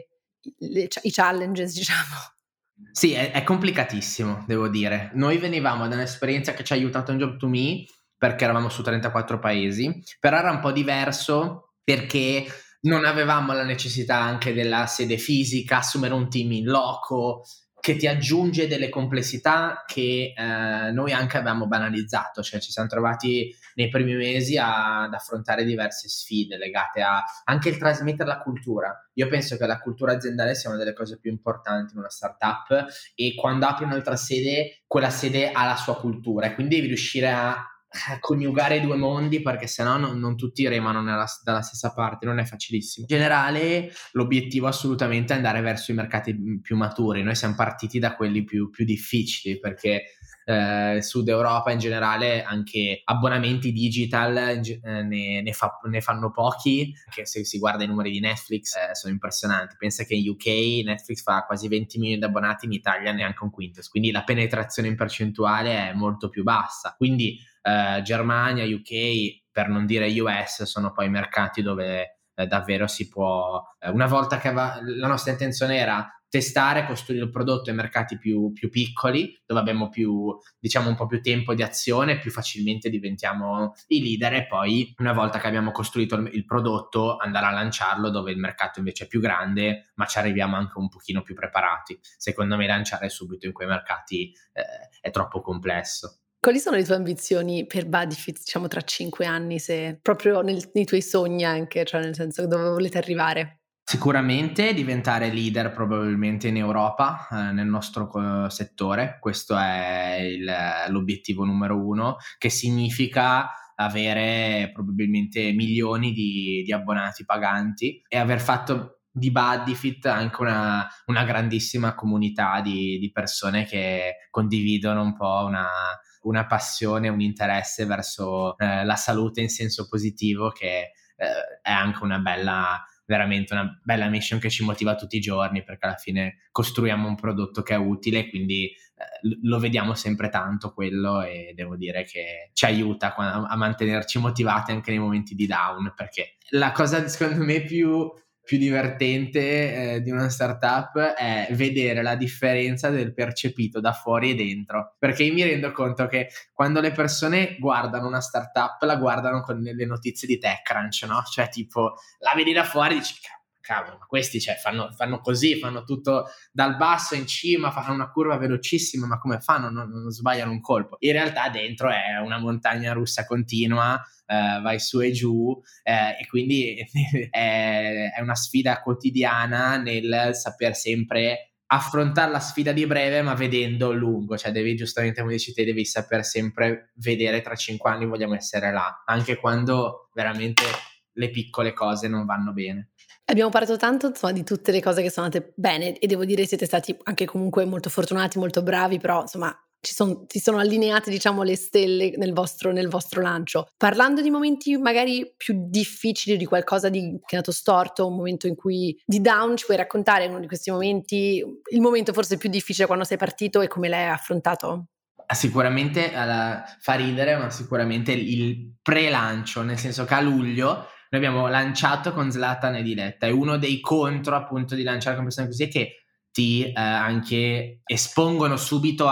i challenges, diciamo? Sì, è complicatissimo, devo dire. Noi venivamo da un'esperienza che ci ha aiutato in Job2Me perché eravamo su 34 paesi, però era un po' diverso perché non avevamo la necessità anche della sede fisica, assumere un team in loco, che ti aggiunge delle complessità che noi anche avevamo banalizzato, cioè ci siamo trovati nei primi mesi ad affrontare diverse sfide legate a anche il trasmettere la cultura. Io penso che la cultura aziendale sia una delle cose più importanti in una startup, e quando apri un'altra sede, quella sede ha la sua cultura, e quindi devi riuscire a coniugare i due mondi, perché sennò non tutti remano dalla stessa parte, non è facilissimo. In generale l'obiettivo assolutamente è andare verso i mercati più maturi. Noi siamo partiti da quelli più difficili, perché Sud Europa in generale anche abbonamenti digital ne fanno pochi, che se si guarda i numeri di Netflix sono impressionanti. Pensa che in UK Netflix fa quasi 20 milioni di abbonati, in Italia neanche un quinto, quindi la penetrazione in percentuale è molto più bassa. Quindi Germania, UK, per non dire US, sono poi mercati dove davvero si può, una volta che la nostra intenzione era testare, costruire il prodotto in mercati più piccoli, dove abbiamo più, diciamo, un po' più tempo di azione, più facilmente diventiamo i leader, e poi una volta che abbiamo costruito il prodotto andare a lanciarlo dove il mercato invece è più grande, ma ci arriviamo anche un pochino più preparati. Secondo me lanciare subito in quei mercati è troppo complesso. Quali sono le tue ambizioni per Bodyfit, diciamo tra 5 anni, se proprio nei tuoi sogni anche, cioè nel senso dove volete arrivare? Sicuramente diventare leader probabilmente in Europa, nel nostro settore. Questo è l'obiettivo numero uno, che significa avere probabilmente milioni di abbonati paganti e aver fatto di Bodyfit anche una grandissima comunità di persone che condividono un po' una passione, un interesse verso la salute in senso positivo, che è anche veramente una bella mission che ci motiva tutti i giorni, perché alla fine costruiamo un prodotto che è utile, quindi lo vediamo sempre tanto quello, e devo dire che ci aiuta a mantenerci motivati anche nei momenti di down, perché la cosa secondo me più divertente di una startup è vedere la differenza del percepito da fuori e dentro, perché io mi rendo conto che quando le persone guardano una startup la guardano con le notizie di TechCrunch, no? Cioè tipo la vedi da fuori e dici cavolo, ma questi fanno così, fanno tutto dal basso in cima, fanno una curva velocissima, ma come fanno? Non sbagliano un colpo. In realtà dentro è una montagna russa continua, vai su e giù, e quindi è una sfida quotidiana nel saper sempre affrontare la sfida di breve ma vedendo lungo, cioè devi, giustamente come dici te, devi saper sempre vedere tra 5 anni vogliamo essere là, anche quando veramente le piccole cose non vanno bene. Abbiamo parlato tanto, insomma, di tutte le cose che sono andate bene, e devo dire siete stati anche comunque molto fortunati, molto bravi, però insomma si sono allineate, diciamo, le stelle nel vostro lancio. Parlando di momenti magari più difficili, di qualcosa che è andato storto, un momento in cui di down, ci puoi raccontare uno di questi momenti, il momento forse più difficile quando sei partito e come l'hai affrontato? Sicuramente fa ridere, ma sicuramente il pre-lancio, nel senso che a luglio noi abbiamo lanciato con Zlatan e Diletta, e uno dei contro appunto di lanciare con persone così è che ti anche espongono subito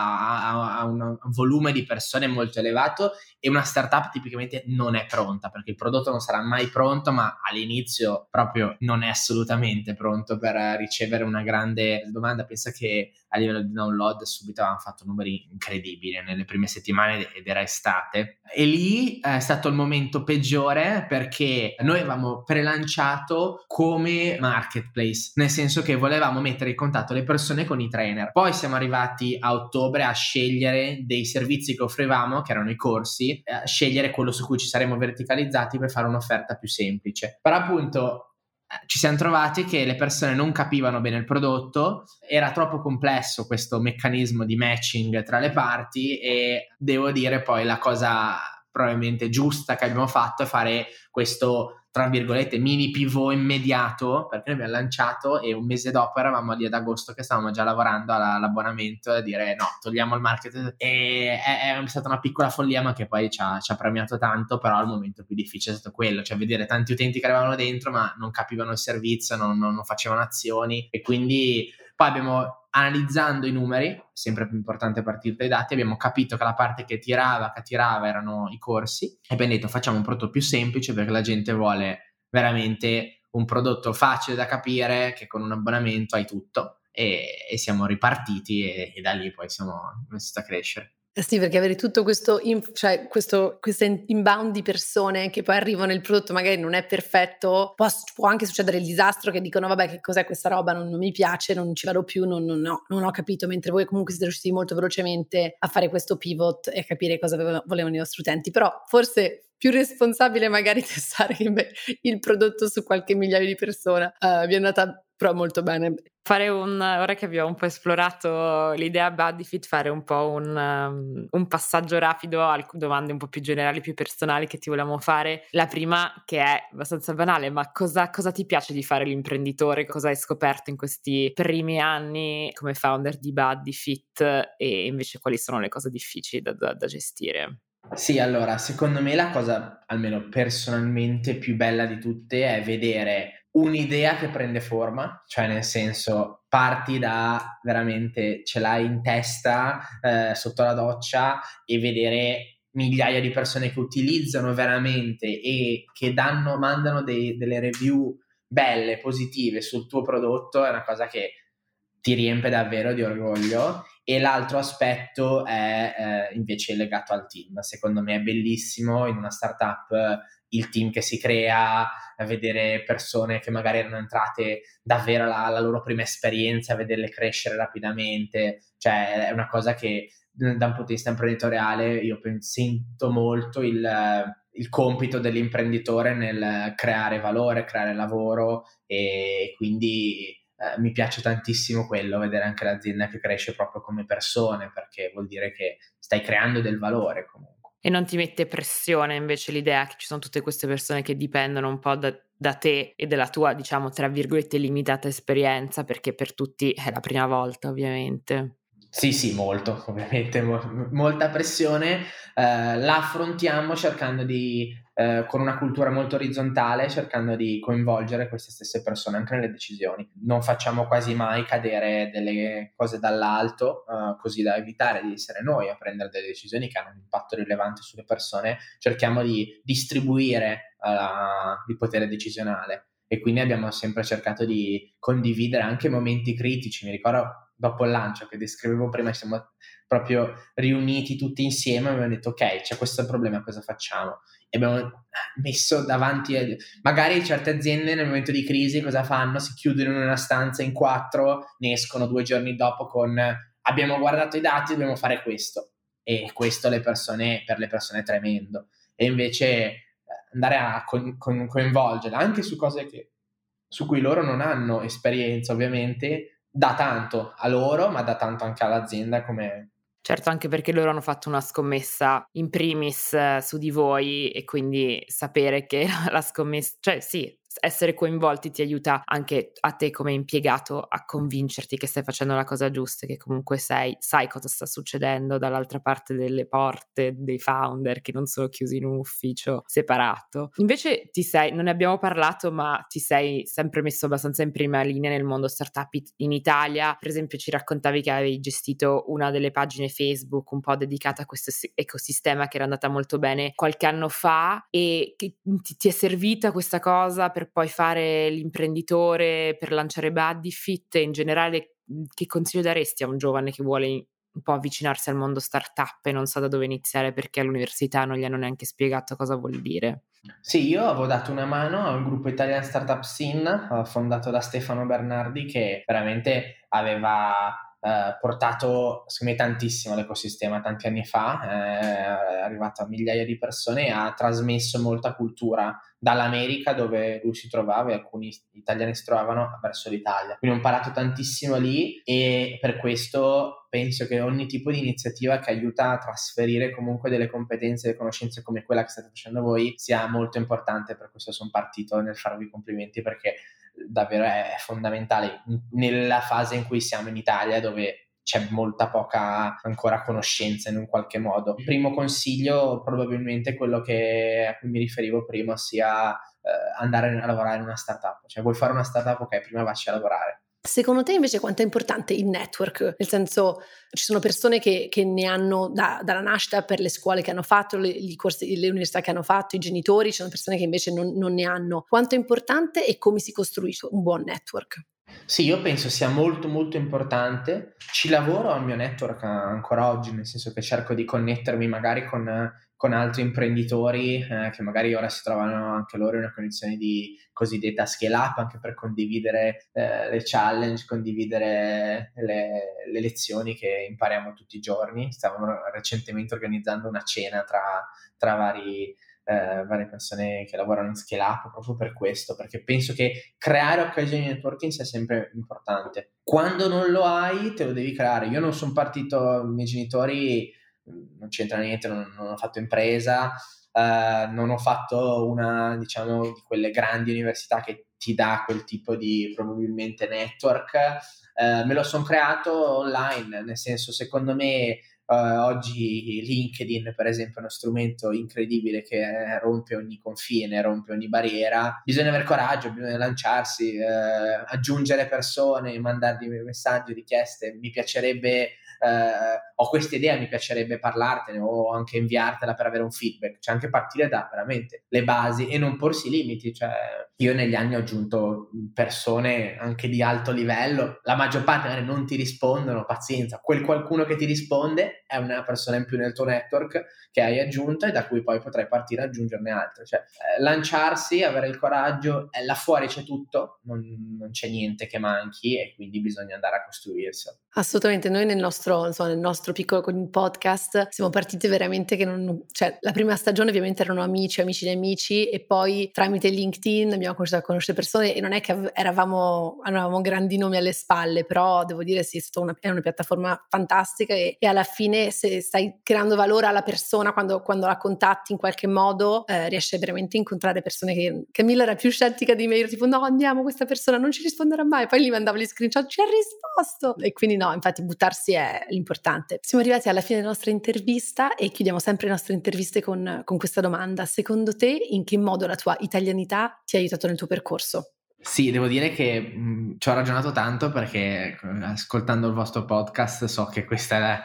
a un volume di persone molto elevato, e una startup tipicamente non è pronta, perché il prodotto non sarà mai pronto, ma all'inizio proprio non è assolutamente pronto per ricevere una grande domanda. Pensa che a livello di download subito avevamo fatto numeri incredibili nelle prime settimane, ed era estate, e lì è stato il momento peggiore, perché noi avevamo prelanciato come marketplace, nel senso che volevamo mettere in contatto le persone con i trainer. Poi siamo arrivati a ottobre a scegliere dei servizi che offrivamo, che erano i corsi, a scegliere quello su cui ci saremmo verticalizzati per fare un'offerta più semplice. Però appunto ci siamo trovati che le persone non capivano bene il prodotto, era troppo complesso questo meccanismo di matching tra le parti, e devo dire poi la cosa probabilmente giusta che abbiamo fatto è fare questo, tra virgolette, mini pivot immediato, perché noi abbiamo lanciato e un mese dopo eravamo lì ad agosto che stavamo già lavorando all'abbonamento, e dire no, togliamo il market, e è stata una piccola follia, ma che poi ci ha premiato tanto. Però il momento più difficile è stato quello, cioè vedere tanti utenti che arrivavano dentro ma non capivano il servizio, non facevano azioni, e quindi poi abbiamo, analizzando i numeri, sempre più importante partire dai dati, abbiamo capito che la parte che tirava erano i corsi, e abbiamo detto facciamo un prodotto più semplice, perché la gente vuole veramente un prodotto facile da capire, che con un abbonamento hai tutto, e siamo ripartiti, e da lì poi siamo messi a crescere. Eh sì, perché avere tutto questo questa inbound di persone che poi arrivano, il prodotto magari non è perfetto, può anche succedere il disastro, che dicono vabbè, che cos'è questa roba, non mi piace, non ci vado più, non ho capito, mentre voi comunque siete riusciti molto velocemente a fare questo pivot e a capire cosa volevano i vostri utenti. Però forse più responsabile magari testare il prodotto su qualche migliaio di persone. Vi è andata però molto bene. Ora che abbiamo un po' esplorato l'idea Bodyfit, fare un po' un passaggio rapido a domande un po' più generali, più personali che ti volevamo fare. La prima, che è abbastanza banale, ma cosa ti piace di fare l'imprenditore? Cosa hai scoperto in questi primi anni come founder di Bodyfit, e invece quali sono le cose difficili da gestire? Sì, allora, secondo me la cosa, almeno personalmente, più bella di tutte è vedere un'idea che prende forma, cioè nel senso parti da veramente ce l'hai in testa sotto la doccia e vedere migliaia di persone che utilizzano veramente e che mandano delle review belle, positive sul tuo prodotto, è una cosa che ti riempie davvero di orgoglio. E l'altro aspetto è invece legato al team. Secondo me è bellissimo in una startup il team che si crea, vedere persone che magari erano entrate davvero alla loro prima esperienza, vederle crescere rapidamente, cioè è una cosa che da un punto di vista imprenditoriale io sento molto il compito dell'imprenditore nel creare valore, creare lavoro, e quindi mi piace tantissimo quello, vedere anche l'azienda che cresce proprio come persone, perché vuol dire che stai creando del valore comunque. E non ti mette pressione invece l'idea che ci sono tutte queste persone che dipendono un po' da te e della tua, diciamo, tra virgolette, limitata esperienza, perché per tutti è la prima volta, ovviamente. Sì, molto, ovviamente, molta pressione, la affrontiamo cercando con una cultura molto orizzontale, cercando di coinvolgere queste stesse persone anche nelle decisioni. Non facciamo quasi mai cadere delle cose dall'alto, così da evitare di essere noi a prendere delle decisioni che hanno un impatto rilevante sulle persone. Cerchiamo di distribuire il potere decisionale, e quindi abbiamo sempre cercato di condividere anche momenti critici. Mi ricordo dopo il lancio che descrivevo prima, ci siamo proprio riuniti tutti insieme e abbiamo detto ok, c'è questo problema, cosa facciamo? E abbiamo messo davanti magari certe aziende nel momento di crisi cosa fanno? Si chiudono in una stanza in 4, ne escono 2 giorni dopo con abbiamo guardato i dati, dobbiamo fare questo, e questo per le persone è tremendo. E invece andare a coinvolgere anche su cose su cui loro non hanno esperienza, ovviamente dà tanto a loro, ma dà tanto anche all'azienda come... Certo, anche perché loro hanno fatto una scommessa in primis su di voi, e quindi sapere che la scommessa, cioè sì, essere coinvolti ti aiuta anche a te come impiegato a convincerti che stai facendo la cosa giusta, che comunque sai cosa sta succedendo dall'altra parte delle porte dei founder che non sono chiusi in un ufficio separato. Invece non ne abbiamo parlato, ma ti sei sempre messo abbastanza in prima linea nel mondo startup in Italia. Per esempio ci raccontavi che avevi gestito una delle pagine Facebook un po' dedicata a questo ecosistema che era andata molto bene qualche anno fa, e che ti è servita questa cosa per poi fare l'imprenditore, per lanciare Buddyfit, e in generale che consiglio daresti a un giovane che vuole un po' avvicinarsi al mondo startup e non sa da dove iniziare perché all'università non gli hanno neanche spiegato cosa vuol dire? Sì, io avevo dato una mano al gruppo Italian Startup Scene, fondato da Stefano Bernardi, che veramente aveva portato, secondo me, tantissimo all'ecosistema tanti anni fa, è arrivato a migliaia di persone e ha trasmesso molta cultura dall'America, dove lui si trovava e alcuni italiani si trovavano, verso l'Italia. Quindi ho imparato tantissimo lì, e per questo penso che ogni tipo di iniziativa che aiuta a trasferire comunque delle competenze e delle conoscenze come quella che state facendo voi sia molto importante. Per questo sono partito nel farvi i complimenti, perché davvero è fondamentale nella fase in cui siamo in Italia, dove c'è molta poca ancora conoscenza in un qualche modo. Il primo consiglio, probabilmente quello a cui mi riferivo prima, sia andare a lavorare in una startup. Cioè, vuoi fare una startup? Ok, prima vacci a lavorare. Secondo te invece quanto è importante il network? Nel senso, ci sono persone che ne hanno dalla nascita per le scuole che hanno fatto, i corsi, le università che hanno fatto, i genitori, ci sono persone che invece non ne hanno. Quanto è importante e come si costruisce un buon network? Sì, io penso sia molto molto importante. Ci lavoro al mio network ancora oggi, nel senso che cerco di connettermi magari con altri imprenditori che magari ora si trovano anche loro in una condizione di cosiddetta scale up, anche per condividere le challenge, condividere le lezioni che impariamo tutti i giorni. Stavamo recentemente organizzando una cena tra varie persone che lavorano in scale up, proprio per questo, perché penso che creare occasioni di networking sia sempre importante. Quando non lo hai, te lo devi creare. Io non sono partito, i miei genitori non c'entra niente, non ho fatto impresa, non ho fatto una, diciamo, di quelle grandi università che ti dà quel tipo di probabilmente network. Me lo sono creato online, nel senso, secondo me oggi LinkedIn per esempio è uno strumento incredibile che rompe ogni confine, rompe ogni barriera. Bisogna avere coraggio, bisogna lanciarsi, aggiungere persone, mandargli messaggi, richieste. Mi piacerebbe, ho questa idea, mi piacerebbe parlartene o anche inviartela per avere un feedback, cioè anche partire da veramente le basi e non porsi limiti. Cioè io negli anni ho aggiunto persone anche di alto livello, la maggior parte magari non ti rispondono, pazienza, quel qualcuno che ti risponde è una persona in più nel tuo network che hai aggiunto e da cui poi potrai partire ad aggiungerne altre. Cioè lanciarsi, avere il coraggio, là fuori c'è tutto, non c'è niente che manchi e quindi bisogna andare a costruirselo. Assolutamente, noi nel nostro piccolo podcast siamo partiti veramente che cioè la prima stagione ovviamente erano amici di amici e poi tramite LinkedIn abbiamo cominciato a conoscere persone e non è che avevamo grandi nomi alle spalle, però devo dire sì, è una piattaforma fantastica e alla fine se stai creando valore alla persona quando la contatti in qualche modo riesci veramente a incontrare persone che Camilla era più scettica di me, io tipo no andiamo, questa persona non ci risponderà mai, poi gli mandavo gli screenshot, ci ha risposto e quindi no, infatti buttarsi è l'importante. Siamo arrivati alla fine della nostra intervista e chiudiamo sempre le nostre interviste con questa domanda: secondo te in che modo la tua italianità ti ha aiutato nel tuo percorso? Sì, devo dire che ci ho ragionato tanto perché ascoltando il vostro podcast so che questa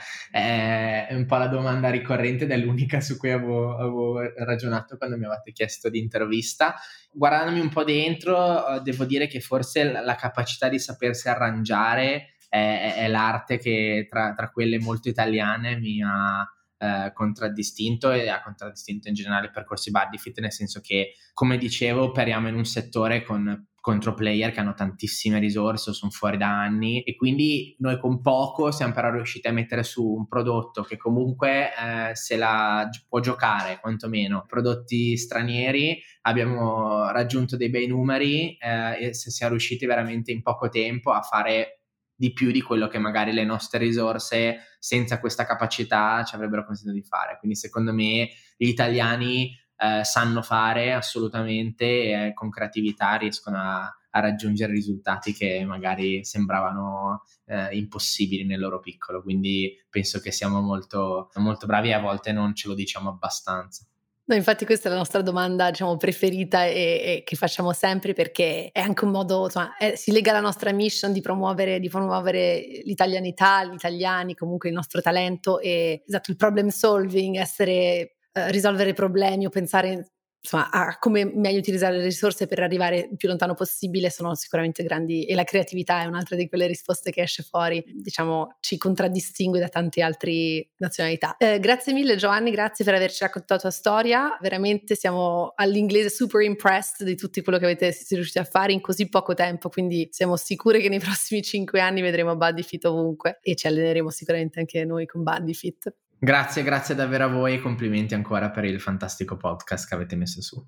è un po' la domanda ricorrente ed è l'unica su cui avevo ragionato quando mi avete chiesto di intervista. Guardandomi un po' dentro, devo dire che forse la capacità di sapersi arrangiare è l'arte che tra quelle molto italiane mi ha contraddistinto e ha contraddistinto in generale i percorsi BuddyFit, nel senso che, come dicevo, operiamo in un settore contro player che hanno tantissime risorse o sono fuori da anni e quindi noi con poco siamo però riusciti a mettere su un prodotto che comunque se la può giocare, quantomeno prodotti stranieri. Abbiamo raggiunto dei bei numeri e siamo riusciti veramente in poco tempo a fare di più di quello che magari le nostre risorse senza questa capacità ci avrebbero consentito di fare. Quindi secondo me gli italiani sanno fare assolutamente e con creatività riescono a raggiungere risultati che magari sembravano impossibili nel loro piccolo. Quindi penso che siamo molto, molto bravi e a volte non ce lo diciamo abbastanza. No, infatti questa è la nostra domanda, diciamo, preferita e che facciamo sempre perché è anche un modo, insomma, si lega alla nostra mission di promuovere l'italianità, gli italiani, comunque il nostro talento e esatto, il problem solving, risolvere problemi o pensare insomma a come meglio utilizzare le risorse per arrivare il più lontano possibile sono sicuramente grandi e la creatività è un'altra di quelle risposte che esce fuori, diciamo ci contraddistingue da tante altre nazionalità. Grazie mille Giovanni, grazie per averci raccontato la tua storia, veramente siamo all'inglese super impressed di tutto quello che siete riusciti a fare in così poco tempo, quindi siamo sicure che nei prossimi 5 anni vedremo BuddyFit ovunque e ci alleneremo sicuramente anche noi con BuddyFit. Grazie davvero a voi e complimenti ancora per il fantastico podcast che avete messo su.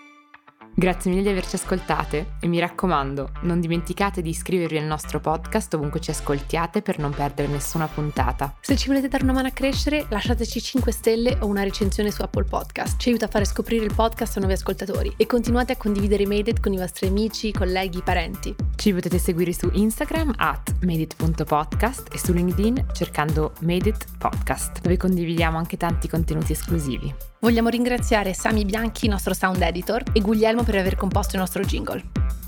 Grazie mille di averci ascoltate e mi raccomando, non dimenticate di iscrivervi al nostro podcast ovunque ci ascoltiate per non perdere nessuna puntata. Se ci volete dare una mano a crescere, lasciateci 5 stelle o una recensione su Apple Podcast. Ci aiuta a fare scoprire il podcast a nuovi ascoltatori e continuate a condividere Made It con i vostri amici, colleghi, parenti. Ci potete seguire su Instagram @madeit.podcast e su LinkedIn cercando Made It Podcast, dove condividiamo anche tanti contenuti esclusivi. Vogliamo ringraziare Sami Bianchi, nostro sound editor, e Guglielmo per aver composto il nostro jingle.